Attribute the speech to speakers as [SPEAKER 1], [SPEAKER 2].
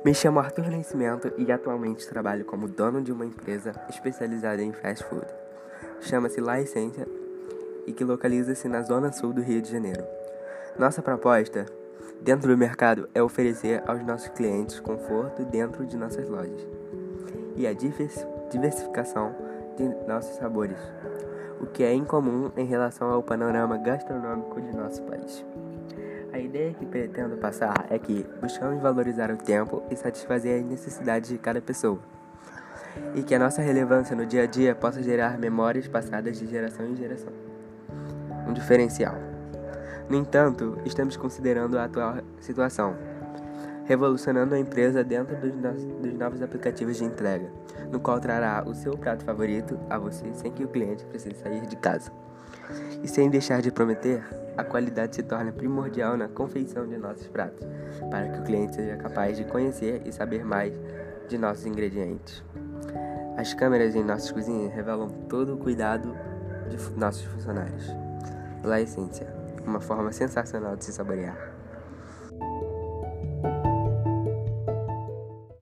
[SPEAKER 1] Me chamo Arthur Nascimento e atualmente trabalho como dono de uma empresa especializada em fast food. Chama-se La Essência e que localiza-se na zona sul do Rio de Janeiro. Nossa proposta dentro do mercado é oferecer aos nossos clientes conforto dentro de nossas lojas e a diversificação de nossos sabores, o que é incomum em relação ao panorama gastronômico de nosso país. A ideia que pretendo passar é que buscamos valorizar o tempo e satisfazer as necessidades de cada pessoa, e que a nossa relevância no dia a dia possa gerar memórias passadas de geração em geração. Um diferencial. No entanto, estamos considerando a atual situação, revolucionando a empresa dentro dos novos aplicativos de entrega, no qual trará o seu prato favorito a você sem que o cliente precise sair de casa. E sem deixar de prometer, a qualidade se torna primordial na confeição de nossos pratos, para que o cliente seja capaz de conhecer e saber mais de nossos ingredientes. As câmeras em nossas cozinhas revelam todo o cuidado de nossos funcionários. La Essência, uma forma sensacional de se saborear.